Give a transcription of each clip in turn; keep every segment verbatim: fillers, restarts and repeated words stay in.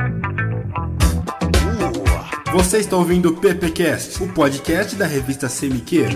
Você está ouvindo o PPcast, o podcast da revista C M Q.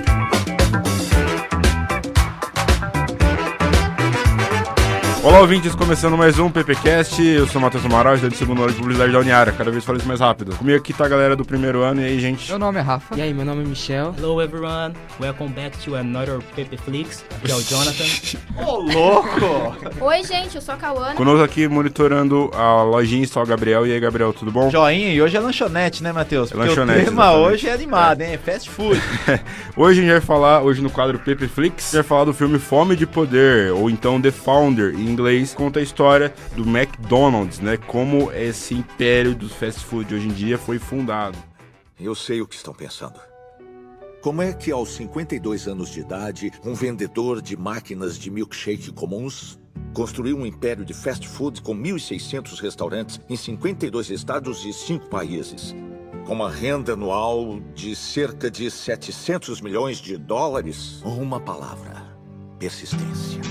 Olá, ouvintes, começando mais um PPcast. Eu sou o Matheus Amaral, estudante de segundo ano de publicidade da Uniara. Cada vez falo isso mais rápido. Comigo aqui tá a galera do primeiro ano. E aí, gente? Meu nome é Rafa. E aí, meu nome é Michel. Hello, everyone. Welcome back to another PPflix. Aqui é o Jonathan. Ô, oh, louco! Oi, gente, eu sou a Cauana. Conosco aqui, monitorando a lojinha, está o Gabriel. E aí, Gabriel, tudo bom? Joinha, e hoje é lanchonete, né, Matheus? É Porque lanchonete, o tema exatamente. hoje é animado, hein? É fast food. Hoje a gente vai falar, hoje no quadro PPflix, a gente vai falar do filme Fome de Poder, ou então The Founder, em inglês. Conta a história do McDonald's, né? Como esse império do fast food hoje em dia foi fundado. Eu sei o que estão pensando. Como é que aos cinquenta e dois anos de idade, um vendedor de máquinas de milkshake comuns construiu um império de fast food com mil e seiscentos restaurantes em cinquenta e dois estados e cinco países, com uma renda anual de cerca de setecentos milhões de dólares? Uma palavra: persistência.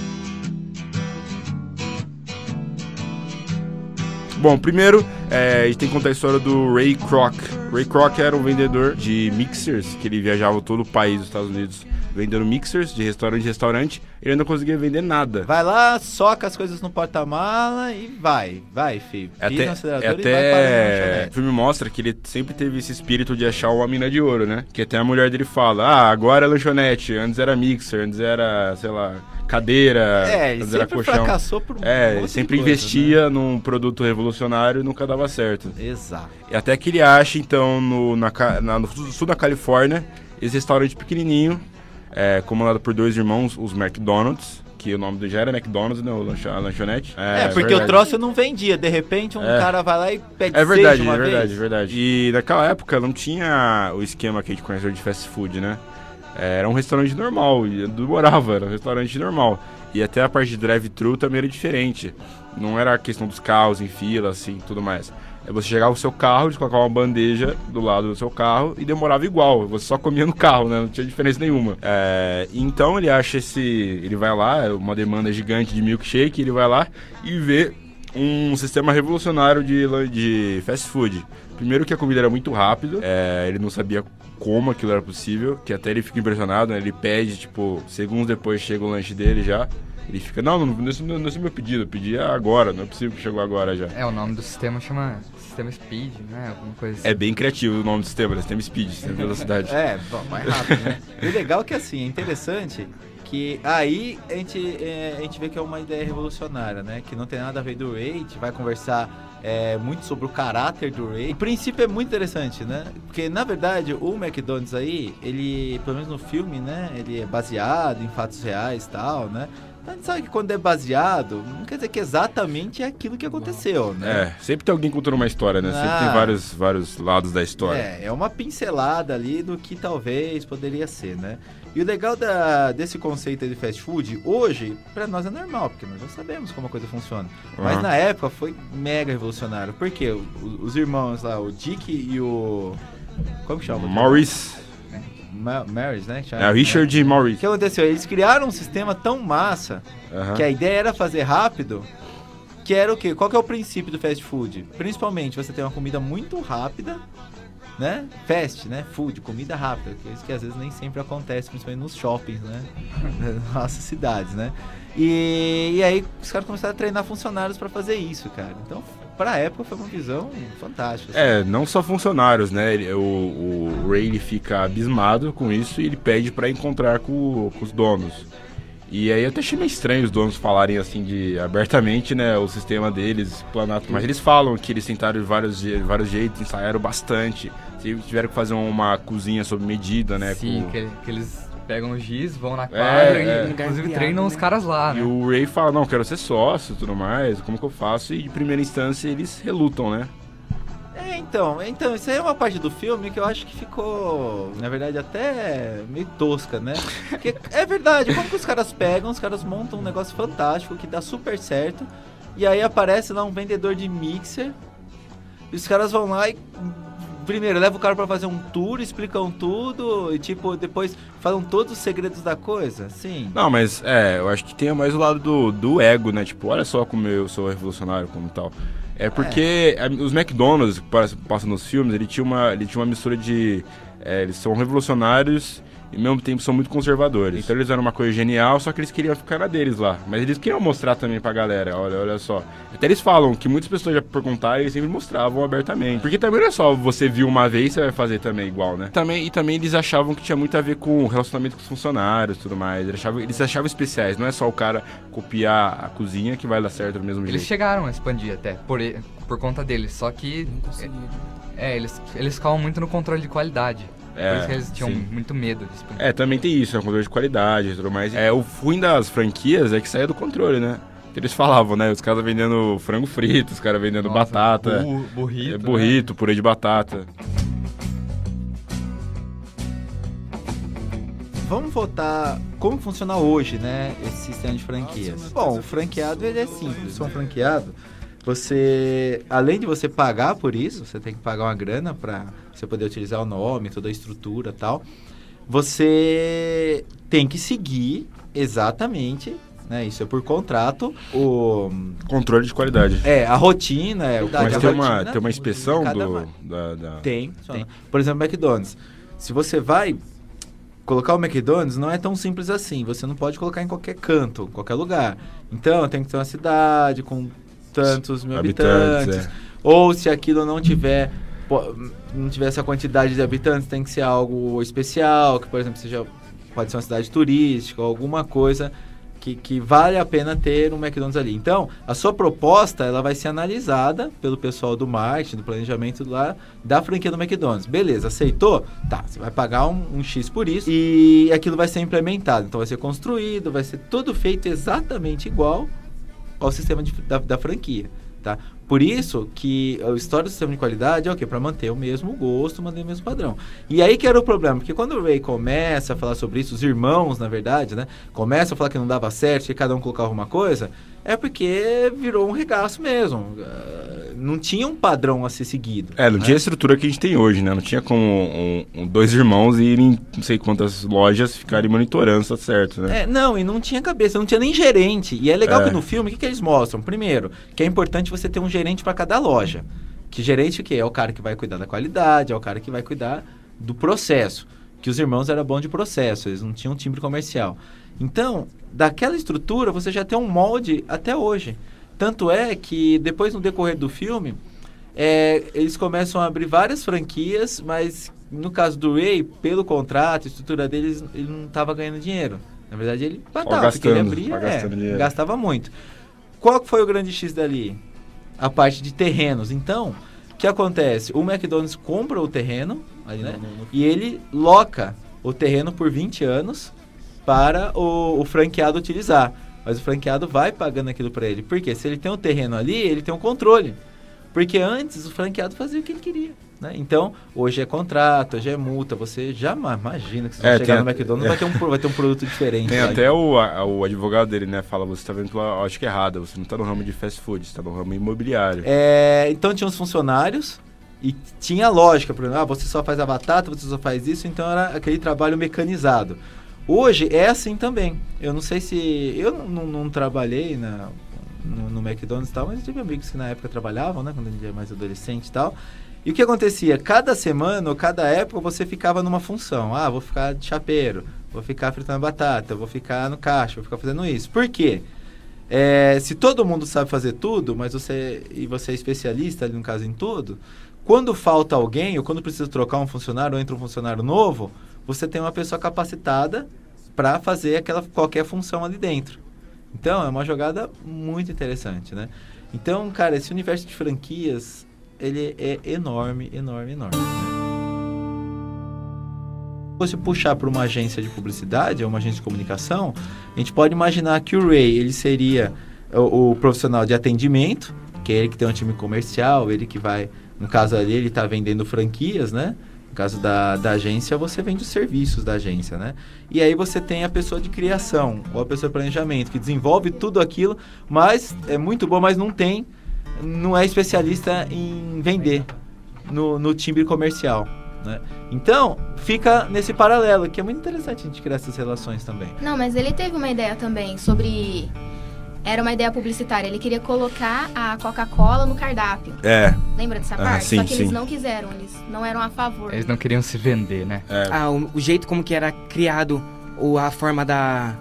Bom, primeiro, é, a gente tem que contar a história do Ray Kroc. Ray Kroc era um vendedor de mixers, que ele viajava todo o país dos Estados Unidos vendendo mixers de restaurante em restaurante. Ele não conseguia vender nada. Vai lá, soca as coisas no porta-mala e vai. Vai, filho. Pisa Até, no acelerador até e vai para o lanchonete. o filme mostra que ele sempre teve esse espírito de achar uma mina de ouro, né? Que até a mulher dele fala, ah, agora é lanchonete, antes era mixer, antes era, sei lá, cadeira, É, ele antes era sempre colchão. fracassou por um É, monte ele de sempre coisa, investia né? num produto revolucionário e nunca dava certo. Exato. E até que ele acha, então, no, na, na, no sul da Califórnia, esse restaurante pequenininho, é, comandado por dois irmãos, os McDonald's, que o nome do já era McDonald's, né, o lancho, a lanchonete. É, porque verdade. o troço não vendia. De repente, um É. cara vai lá e pede É verdade, seis de uma é verdade, vez. é verdade. E naquela época não tinha o esquema que a gente conhece de fast food, né? Era um restaurante normal, e demorava, era um restaurante normal. E até a parte de drive-thru também era diferente. Não era a questão dos carros em fila, assim, tudo mais. É você chegava com o seu carro, eles colocavam uma bandeja do lado do seu carro e demorava igual. Você só comia no carro, né? Não tinha diferença nenhuma. É, então ele acha esse... Ele vai lá, uma demanda gigante de milkshake, ele vai lá e vê um sistema revolucionário de, de fast food. Primeiro que a comida era muito rápida, é, ele não sabia como aquilo era possível, que até ele fica impressionado, né? Ele pede, tipo, segundos depois chega o lanche dele já. Ele fica, não, não, não, não, não é meu pedido, eu pedi agora, não é possível que chegou agora já. É, o nome do sistema chama Sistema Speed, né? Alguma coisa assim. É bem criativo o nome do sistema, né? Sistema Speed, sistema de velocidade. É, bom, mais rápido, né? E o legal é que, assim, é interessante que aí a gente, é, a gente vê que é uma ideia revolucionária, né? Que não tem nada a ver do Ray, a gente vai conversar é, muito sobre o caráter do Ray. O princípio é muito interessante, né? Porque, na verdade, o McDonald's aí, ele, pelo menos no filme, né? Ele é baseado em fatos reais e tal, né? Então a gente sabe que quando é baseado, não quer dizer que exatamente é aquilo que aconteceu, né? É, sempre tem alguém contando uma história, né? Sempre Ah. tem vários, vários lados da história. É, é uma pincelada ali do que talvez poderia ser, né? E o legal da, desse conceito de fast food, hoje, pra nós é normal, porque nós já sabemos como a coisa funciona. Mas Uhum. na época foi mega revolucionário. Por quê? O- os irmãos lá, o Dick e o... Como que chama? Maurice. Ma Maris, né? que chama, É, o Richard né? e O Maurice. que aconteceu? Eles criaram um sistema tão massa Uhum. que a ideia era fazer rápido, que era o quê? Qual que é o princípio do fast food? Principalmente você tem uma comida muito rápida, né? Fast, né? Food, comida rápida, que é isso que às vezes nem sempre acontece, principalmente nos shoppings, né? Das nossas cidades, né? E, e aí os caras começaram a treinar funcionários pra fazer isso, cara. Então, pra época foi uma visão fantástica. assim. É, não só funcionários, né? Ele- o, o Ray ele fica abismado com isso e ele pede pra encontrar com, com os donos. E aí eu até achei meio estranho os donos falarem assim de abertamente, né, o sistema deles, planar. Mas eles falam que eles tentaram de vários, je- vários jeitos, ensaiaram bastante. Tiveram que fazer uma cozinha sob medida, né? Sim, com- que, que eles pegam o giz, vão na É, quadra é. e inclusive Lugar treinam criado, os né? caras lá, E né? o Ray fala, não, quero ser sócio e tudo mais, como que eu faço? E de primeira instância eles relutam, né? É, então, então, isso aí é uma parte do filme que eu acho que ficou, na verdade, até meio tosca, né? Porque é verdade, como que os caras pegam, os caras montam um negócio fantástico que dá super certo, e aí aparece lá um vendedor de mixer, e os caras vão lá e primeiro levam o cara pra fazer um tour, explicam tudo, e tipo, depois falam todos os segredos da coisa, sim. Não, mas é, eu acho que tem mais o lado do, do ego, né? Tipo, olha só como eu sou revolucionário, como tal. É porque é. os McDonald's, que passam nos filmes, ele tinha uma, ele tinha uma mistura de... É, eles são revolucionários e ao mesmo tempo são muito conservadores. Então eles eram uma coisa genial, só que eles queriam ficar na deles lá. Mas eles queriam mostrar também pra galera, olha, olha só. Até eles falam que muitas pessoas já perguntaram e eles sempre mostravam abertamente. Porque também não é só você viu uma vez, você vai fazer também igual, né? Também, e também eles achavam que tinha muito a ver com o relacionamento com os funcionários e tudo mais. Eles achavam, eles achavam especiais, não é só o cara copiar a cozinha que vai dar certo do mesmo jeito. Eles chegaram a expandir até, por, por conta deles, só que... Não conseguiram. É, eles, eles ficavam muito no controle de qualidade. É, por isso que eles tinham sim. muito medo de expandir. É, também tem isso, é um controle de qualidade e tudo mais. É, o ruim das franquias é que saia do controle, né? Eles falavam, né? Os caras vendendo frango frito, os caras vendendo Nossa, batata. Bu, burrito. É, burrito, né? Purê de batata. Vamos voltar como funciona hoje, né, esse sistema de franquias. Bom, o franqueado ele é simples. Se é um franqueado, você, além de você pagar por isso, você tem que pagar uma grana para você poder utilizar o nome, toda a estrutura e tal. Você tem que seguir exatamente, né, isso é por contrato, o... Controle de qualidade. É, a rotina... É, Mas a tem, rotina, uma, tem uma inspeção cada do... mar- Da, da... Tem, tem. Por exemplo, McDonald's. Se você vai colocar o McDonald's, não é tão simples assim. Você não pode colocar em qualquer canto, em qualquer lugar. Então, tem que ter uma cidade com tantos mil habitantes. Habitantes, é. Ou se aquilo não tiver, po- não tiver essa quantidade de habitantes, tem que ser algo especial, que, por exemplo, seja, pode ser uma cidade turística ou alguma coisa que, que vale a pena ter um McDonald's ali. Então, a sua proposta, ela vai ser analisada pelo pessoal do marketing, do planejamento lá, da franquia do McDonald's. Beleza, aceitou? Tá, você vai pagar um, um X por isso e aquilo vai ser implementado. Então, vai ser construído, vai ser tudo feito exatamente igual ao sistema de, da, da franquia, tá? Por isso que a história do sistema de qualidade é o quê? Para manter o mesmo gosto, manter o mesmo padrão. E aí que era o problema, porque quando o Ray começa a falar sobre isso, os irmãos, na verdade, né, começam a falar que não dava certo, que cada um colocava uma coisa, é porque virou um regaço mesmo. Uh, não tinha um padrão a ser seguido. É, não né? tinha a estrutura que a gente tem hoje, né? Não tinha como um, um, dois irmãos irem não sei quantas lojas ficarem monitorando, tá certo, né? É, não, e não tinha cabeça, não tinha nem gerente. E é legal É. que no filme, o que, que eles mostram? Primeiro, que é importante você ter um gerente para cada loja. Que gerente o quê? É o cara que vai cuidar da qualidade, é o cara que vai cuidar do processo. Que os irmãos eram bons de processo, eles não tinham timbre comercial. Então, daquela estrutura, você já tem um molde até hoje. Tanto é que depois, no decorrer do filme, é, eles começam a abrir várias franquias, mas no caso do Ray, pelo contrato, a estrutura deles, ele não estava ganhando dinheiro. Na verdade, ele matava, porque ele gastando, abria, só é, gastando dinheiro. gastava muito. Qual que foi o grande X dali? A parte de terrenos. Então, o que acontece? O McDonald's compra o terreno, ali, né? E ele loca o terreno por vinte anos para o, o franqueado utilizar. Mas o franqueado vai pagando aquilo para ele. Por quê? Se ele tem um terreno ali, ele tem um controle. Porque antes o franqueado fazia o que ele queria, né? Então, hoje é contrato, hoje é multa. Você já imagina que você É, vai chegar tem no a- McDonald's vai ter, um, vai ter um produto diferente. Tem lá. até o, a- o advogado dele, né? Fala, você tá vendo pela ótica errada, você não tá no ramo de fast food, você tá no ramo imobiliário. É, então tinha os funcionários e tinha lógica, por exemplo, ah, você só faz a batata, você só faz isso, então era aquele trabalho mecanizado. Hoje é assim também. Eu não sei se... Eu não, não, não trabalhei na, no, no McDonald's e tal, mas eu tive amigos que na época trabalhavam, né? Quando a gente era mais adolescente e tal. E o que acontecia? Cada semana ou cada época você ficava numa função. Ah, vou ficar de chapeiro, vou ficar fritando batata, vou ficar no caixa, vou ficar fazendo isso. Por quê? É, se todo mundo sabe fazer tudo, mas você e você é especialista ali no caso em tudo, quando falta alguém ou quando precisa trocar um funcionário ou entra um funcionário novo, você tem uma pessoa capacitada para fazer aquela qualquer função ali dentro. Então é uma jogada muito interessante, né? Então, cara, esse universo de franquias ele é enorme, enorme, enorme. Né? Se você puxar para uma agência de publicidade, ou uma agência de comunicação, a gente pode imaginar que o Ray, ele seria o, o profissional de atendimento, que é ele que tem um time comercial, ele que vai, no caso ali, ele está vendendo franquias, né? No caso da, da agência, você vende os serviços da agência, né? E aí você tem a pessoa de criação, ou a pessoa de planejamento, que desenvolve tudo aquilo, mas é muito bom, mas não tem, não é especialista em vender no, no timbre comercial. Né? Então, fica nesse paralelo, que é muito interessante a gente criar essas relações também. Não, mas ele teve uma ideia também sobre Era uma ideia publicitária. Ele queria colocar a Coca-Cola no cardápio. É. Lembra dessa Ah, parte? sim, Só que eles sim. não quiseram, eles não eram a favor. Eles não queriam se vender, né? É. Ah, o, o jeito como que era criado, o, a forma da...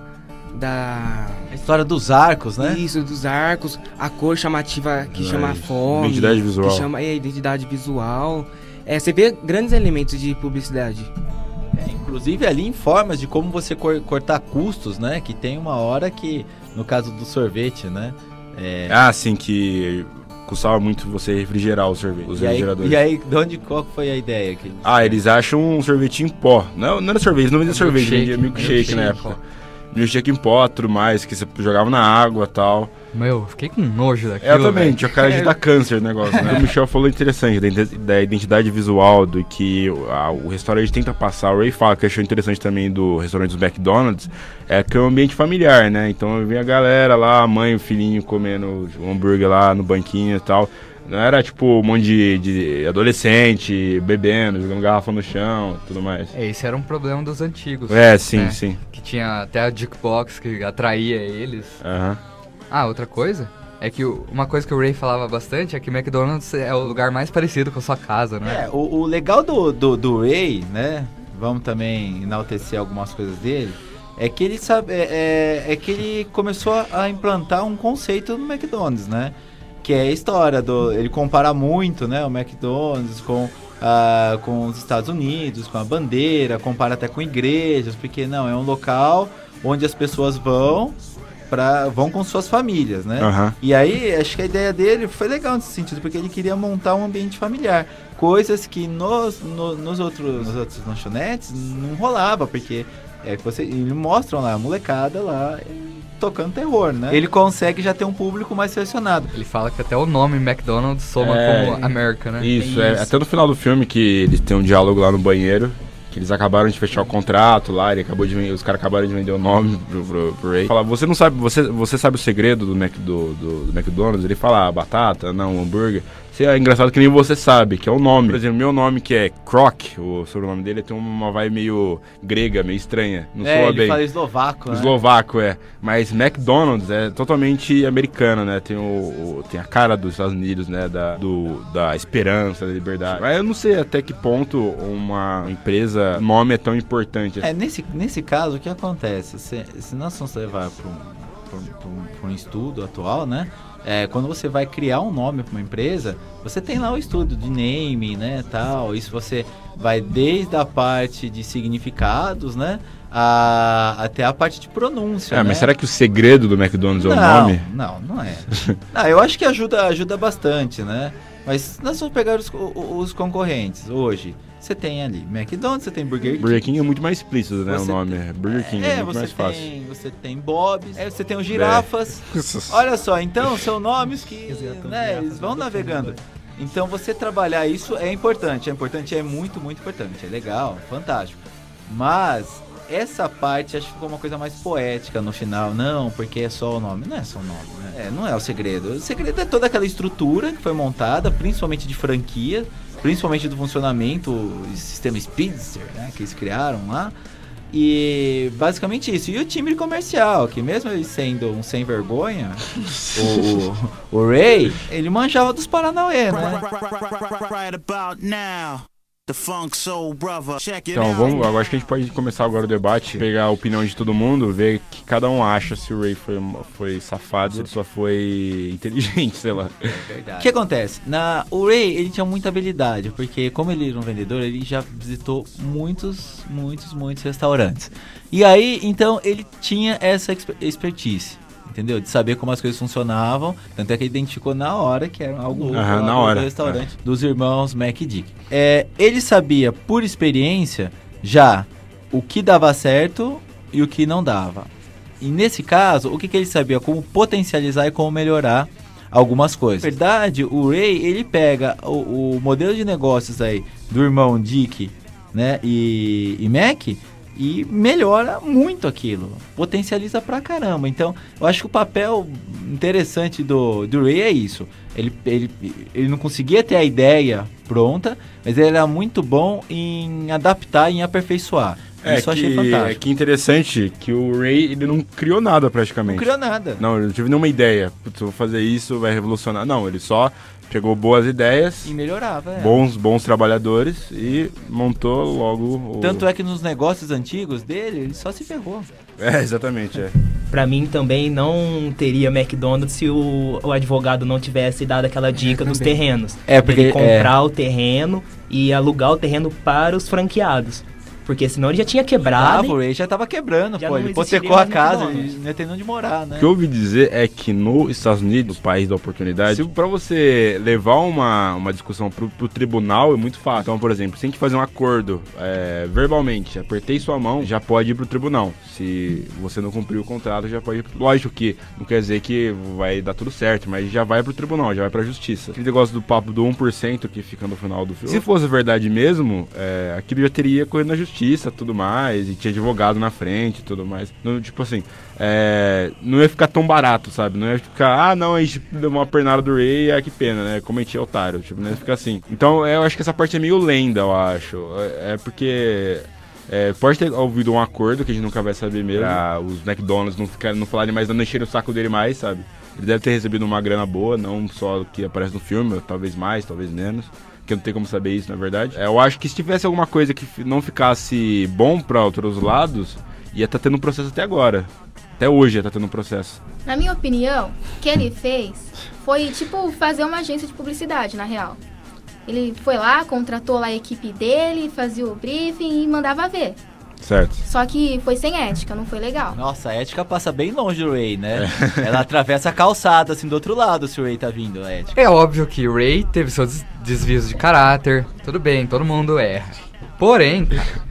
da... A história dos arcos, né? Isso, dos arcos, a cor chamativa que É, chama fome. identidade visual. Que chama, é, identidade visual. É, você vê grandes elementos de publicidade. É, inclusive ali em formas de como você cor- cortar custos, né? Que tem uma hora que, no caso do sorvete, né? É, Ah, sim, que custava muito você refrigerar o sorvete, os e, aí, refrigeradores. e aí, de onde, qual que foi a ideia? Que Ah, eles acham um sorvete em pó. Não, não era sorvete, eles não vendiam sorvete, Milkshake. vendia milkshake na Milkshake. época. Milkshake em pó, tudo mais, que você jogava na água e tal. Meu, eu fiquei com nojo daquilo, É, eu também, velho. tinha cara de dar câncer o negócio, né? O Michel falou interessante da ident- da identidade visual, do que o- a- o restaurante tenta passar. O Ray fala que achou interessante também do restaurante dos McDonald's, é que é um ambiente familiar, né? Então vem a galera lá, a mãe e o filhinho comendo um hambúrguer lá no banquinho e tal. Não era tipo um monte de, de adolescente bebendo, jogando garrafa no chão e tudo mais. É, esse era um problema dos antigos. É, sim, né? sim. Que tinha até a jukebox que atraía eles. Aham. Ah, outra coisa é que o- uma coisa que o Ray falava bastante é que o McDonald's é o lugar mais parecido com a sua casa, né? É, o, o legal do, do, do Ray, né? Vamos também enaltecer algumas coisas dele. É que ele sabe, é, é, é que ele começou a implantar um conceito no McDonald's, né? Que é a história do, ele compara muito, né, o McDonald's com ah, com os Estados Unidos, com a bandeira, compara até com igrejas, porque não é um local onde as pessoas vão para vão com suas famílias, né? Aham. E aí, acho que a ideia dele foi legal nesse sentido, porque ele queria montar um ambiente familiar. Coisas que nos, no- nos, outros, nos outros lanchonetes não rolava, porque é que você, eles mostram lá a molecada lá eh, tocando terror, né? Ele consegue já ter um público mais selecionado. Ele fala que até o nome McDonald's soma É, como America, né? Isso, é, até no final do filme que eles têm um diálogo lá no banheiro, que eles acabaram de fechar o contrato lá, ele acabou de vender, os caras acabaram de vender o nome pro, pro, pro Ray. Fala, você não sabe, você, você sabe o segredo do, Mac, do, do, do McDonald's? Ele fala, ah, batata, não, hambúrguer. É engraçado que nem você sabe, que é o nome. Por exemplo, meu nome que é Croc, o sobrenome dele tem uma vibe meio grega, meio estranha. Não é, soa ele bem. fala eslovaco, né? Eslovaco, é. Mas McDonald's é totalmente americano, né? Tem, o, o- tem a cara dos Estados Unidos, né? Da, do, da esperança, da liberdade. Mas eu não sei até que ponto uma empresa, nome é tão importante. É, nesse, nesse caso, o que acontece? Se, se nós vamos levar para um, pra um- pra um- pra um estudo atual, né? É, quando você vai criar um nome para uma empresa, você tem lá o estudo de naming, né, tal. Isso você vai desde a parte de significados, né, a, até a parte de pronúncia. É, né? mas será que o segredo do McDonald's é o não, nome? Não, não é. Não, eu acho que ajuda, ajuda bastante, né? Mas nós vamos pegar os, o- os concorrentes hoje. Você tem ali McDonald's, você tem Burger King. Burger King é muito mais explícito, né? Você O nome é Burger King, é, É, muito você mais fácil. tem, você tem Bob's, é, você tem os girafas. Olha só, então são nomes que, né, eles vão navegando. Então você trabalhar isso é importante, é importante, é muito, muito importante, é legal, fantástico. Mas essa parte acho que ficou uma coisa mais poética no final, não, porque é só o nome, não é só o nome, né? É, não é o segredo. O segredo é toda aquela estrutura que foi montada, principalmente de franquia, principalmente do funcionamento, o sistema Speedster, né, que eles criaram lá. E basicamente isso. E o time comercial, que mesmo ele sendo um sem vergonha, o, o, o Ray, ele manjava dos Paranauê, né? Right about now, the Funk Soul Brother. Check it Então, out. vamos, eu acho que a gente pode começar agora o debate, pegar a opinião de todo mundo, ver o que cada um acha, se o Ray foi, foi safado, se ele só foi inteligente, sei lá. O que acontece? Na, o Ray, ele tinha muita habilidade, porque como ele era um vendedor, ele já visitou muitos, muitos, muitos restaurantes. E aí, então, ele tinha essa exper- expertise, entendeu? De saber como as coisas funcionavam, tanto é que ele identificou na hora que era algo louco Aham, lá na do hora, restaurante dos irmãos Mac e Dick. É, ele sabia, por experiência, já o que dava certo e o que não dava. E nesse caso, o que, que ele sabia? Como potencializar e como melhorar algumas coisas. Na verdade, o Ray, ele pega o, o modelo de negócios aí do irmão Dick, né, e, e Mac, e melhora muito aquilo, potencializa pra caramba. Então, eu acho que o papel interessante do, do Ray é isso. Ele, ele, ele não conseguia ter a ideia pronta, mas ele era muito bom em adaptar e em aperfeiçoar. É Isso eu achei que, fantástico. é que interessante que o Ray, ele não criou nada praticamente. Não criou nada. Não, ele não tive nenhuma ideia. Putz, eu vou fazer isso, vai revolucionar. Não, ele só pegou boas ideias, E melhorava, é. bons, bons trabalhadores e montou logo o... Tanto é que nos negócios antigos dele, ele só se ferrou. É, exatamente, é. Pra mim também não teria McDonald's se o, o advogado não tivesse dado aquela dica dos terrenos. É, porque- Ele comprar o terreno e alugar o terreno para os franqueados. Porque senão ele já tinha quebrado. Ah, o Ray já tava quebrando, Já pô. não Ele existiria hipotecou a mais casa, McDonald's. ele não ia ter onde morar, né? O que eu ouvi dizer é que nos Estados Unidos, o país da oportunidade, se pra você levar uma, uma discussão pro, pro tribunal é muito fácil. Então, por exemplo, se a gente fazer um acordo é, verbalmente, apertei sua mão, já pode ir pro tribunal. Se você não cumprir o contrato, já pode ir. Lógico que não quer dizer que vai dar tudo certo, mas já vai pro tribunal, já vai pra justiça. Aquele negócio do papo do um por cento que fica no final do filme. Se fosse verdade mesmo, é, aquilo já teria corrido na justiça, tudo mais. E tinha advogado na frente e tudo mais. Não, tipo assim, é, não ia ficar tão barato, sabe? Não ia ficar, ah, não, a gente deu uma pernada do Ray, é que pena, né? Como a gente é otário. Tipo, não ia ficar assim. Então, eu acho que essa parte é meio lenda, eu acho. É, é porque... É, pode ter ouvido um acordo que a gente nunca vai saber mesmo. Pra os McDonald's não, ficar, não falarem mais, não encherem o saco dele mais, sabe? Ele deve ter recebido uma grana boa, não só o que aparece no filme, talvez mais, talvez menos. Que não tem como saber isso, na verdade. É, eu acho que se tivesse alguma coisa que não ficasse bom para outros lados, ia estar tá tendo um processo até agora. Até hoje ia estar tá tendo um processo. Na minha opinião, o que ele fez foi, tipo, fazer uma agência de publicidade, na real. Ele foi lá, contratou lá a equipe dele, fazia o briefing e mandava ver. Certo. Só que foi sem ética, não foi legal. Nossa, a ética passa bem longe do Ray, né? Ela atravessa a calçada, assim, do outro lado, se o Ray tá vindo, a ética. É óbvio que o Ray teve seus desvios de caráter. Tudo bem, todo mundo erra. Porém,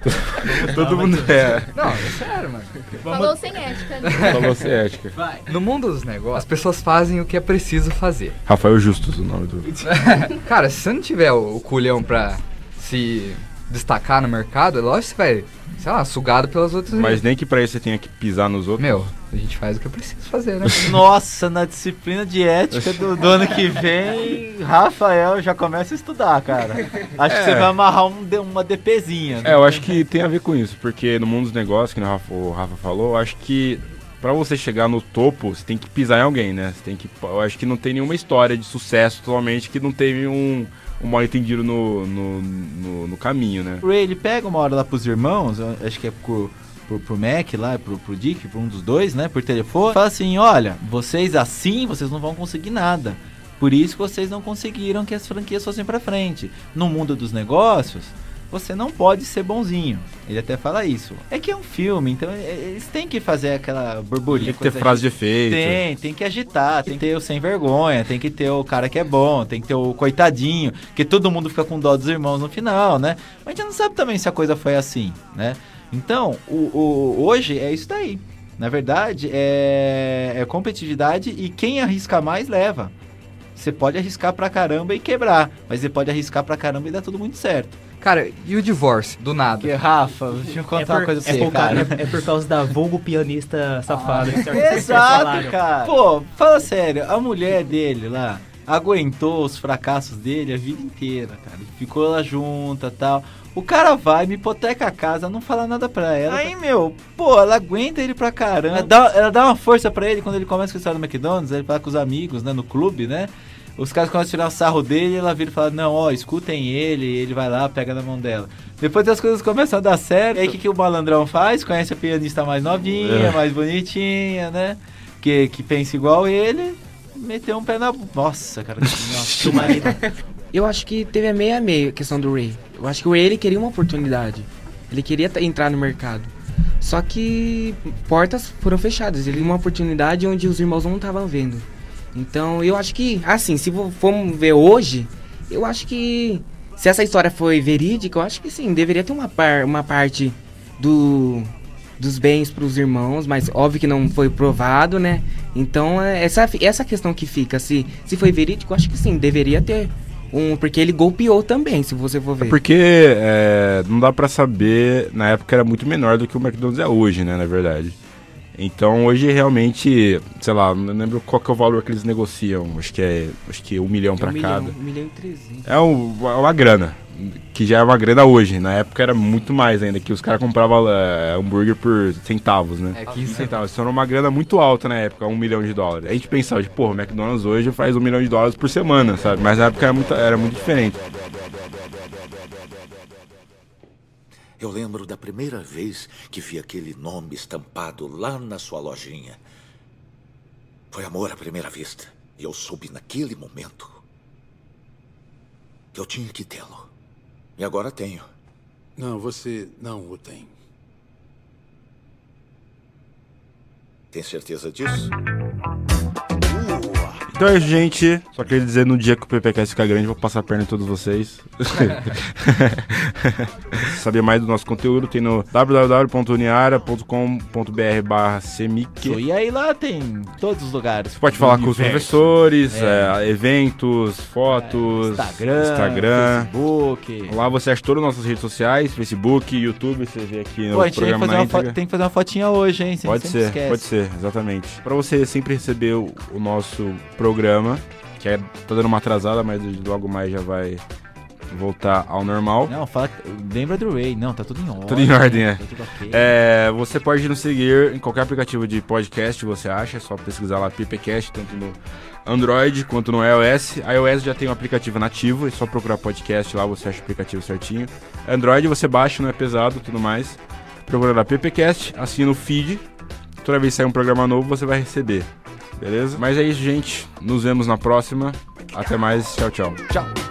cara, Todo mundo é. não, é sério, mano. Falou sem ética ali. Falou ser ética. No mundo dos negócios, as pessoas fazem o que é preciso fazer. Rafael Justus, o nome do... Cara, se você não tiver o, o culhão pra se destacar no mercado, é lógico que você vai, sei lá, sugado pelas outras. Mas nem que pra isso você tenha que pisar nos outros. Meu, a gente faz o que eu preciso fazer, né? Nossa, na disciplina de ética do, do ano que vem, Rafael já começa a estudar, cara. Acho É. que você vai amarrar um, D- uma DPzinha. É, eu acho que tem a ver com isso, porque no mundo dos negócios, que o Rafa, o Rafa falou, eu acho que pra você chegar no topo, você tem que pisar em alguém, né? Você tem que, eu acho que não tem nenhuma história de sucesso totalmente que não teve um, um mal entendido no, no, no, no caminho, né? O Ray, ele pega uma hora lá pros irmãos, eu acho que é pro, pro, pro Mac lá, pro, pro Dick, por um dos dois, né, por telefone, fala assim, olha, vocês assim, vocês não vão conseguir nada. Por isso que vocês não conseguiram que as franquias fossem pra frente. No mundo dos negócios, você não pode ser bonzinho. Ele até fala isso. É que é um filme, então é- eles têm que fazer aquela burburinha. Tem que ter coisa frase de efeito. Tem, tem que agitar, tem que ter o sem vergonha, tem que ter o cara que é bom, tem que ter o coitadinho, que todo mundo fica com dó dos irmãos no final, né? Mas a gente não sabe também se a coisa foi assim, né? Então, o, o- hoje é isso daí. Na verdade, é, é competitividade e quem arrisca mais leva. Você pode arriscar pra caramba e quebrar, mas você pode arriscar pra caramba e dar tudo muito certo. Cara, e o divórcio, do nada? Porque, Rafa, deixa eu contar uma coisa pra é você, por, cara. É, é por causa da vulgo pianista safada. que vocês Exato, falaram. cara. Pô, fala sério, a mulher dele lá aguentou os fracassos dele a vida inteira, cara. Ficou lá junta e tal. O cara vai, me hipoteca a casa, não fala nada pra ela. Aí, meu, pô, ela aguenta ele pra caramba. Ela dá, ela dá uma força pra ele quando ele começa com a história do McDonald's, ele fala com os amigos, né, no clube, né? Os caras começam a tirar o sarro dele e ela vira e fala, não, ó, escutem ele, e ele vai lá, pega na mão dela. Depois as coisas começam a dar certo, aí o que, que o malandrão faz? Conhece a pianista mais novinha, É. mais bonitinha, né? Que, que pensa igual ele, meteu um pé na... Nossa, cara, nossa, Eu acho que teve a meia a meia a questão do Ray. Eu acho que o Ray, ele queria uma oportunidade. Ele queria t- entrar no mercado. Só que portas foram fechadas. Ele queria uma oportunidade onde os irmãos não estavam vendo. Então, eu acho que, assim, se vo- formos ver hoje, eu acho que se essa história foi verídica, eu acho que sim, deveria ter uma, par- uma parte do, dos bens para os irmãos, mas óbvio que não foi provado, né? Então, é essa, essa questão que fica, se, se foi verídico, eu acho que sim, deveria ter um, porque ele golpeou também, se você for ver. É porque é, não dá pra saber, na época era muito menor do que o McDonald's é hoje, né, na verdade. Então hoje realmente, sei lá, não lembro qual que é o valor que eles negociam, acho que é, acho que é um milhão pra um cada. milhão, um milhão e trezentos. É um- uma grana, que já é uma grana hoje. Na época era muito mais ainda, que os caras compravam é, hambúrguer por centavos, né? É quinze centavos. Isso era uma grana muito alta na época, um milhão de dólares. A gente pensava, de, porra, o McDonald's hoje faz um milhão de dólares por semana, sabe? Mas na época era muito, era muito diferente. Eu lembro da primeira vez que vi aquele nome estampado lá na sua lojinha. Foi amor à primeira vista. E eu soube naquele momento que eu tinha que tê-lo. E agora tenho. Não, você não o tem. Tem certeza disso? Então é isso, gente. Só queria dizer, no dia que o PPcast ficar grande, eu vou passar a perna em todos vocês. Saber mais do nosso conteúdo, tem no w w w ponto uniara ponto com ponto b r barra semic. E aí lá tem todos os lugares. Você pode falar com os professores, É. é, eventos, fotos, Instagram, Instagram. Facebook. Lá você acha todas as nossas redes sociais, Facebook, YouTube, você vê aqui no Pô, a gente tem que, programa fazer na uma íntegra. fo- tem que fazer uma fotinha hoje, hein? Você Pode sempre ser, esquece. pode ser, exatamente. Pra você sempre receber o, o nosso programa, que é, tá dando uma atrasada, mas logo mais já vai voltar ao normal. Não, fala, lembra do Ray. Não, tá tudo em ordem. Tudo em ordem, é. Tá tudo ok. É, você pode nos seguir em qualquer aplicativo de podcast, você acha, é só pesquisar lá PPcast, tanto no Android quanto no iOS. iOS já tem um aplicativo nativo, é só procurar podcast lá, você acha o aplicativo certinho. Android você baixa, não é pesado, tudo mais. Procura lá PPcast, assina o feed. Toda vez que sair um programa novo, você vai receber. Beleza? Mas é isso, gente. Nos vemos na próxima. Até mais. Tchau, tchau. Tchau.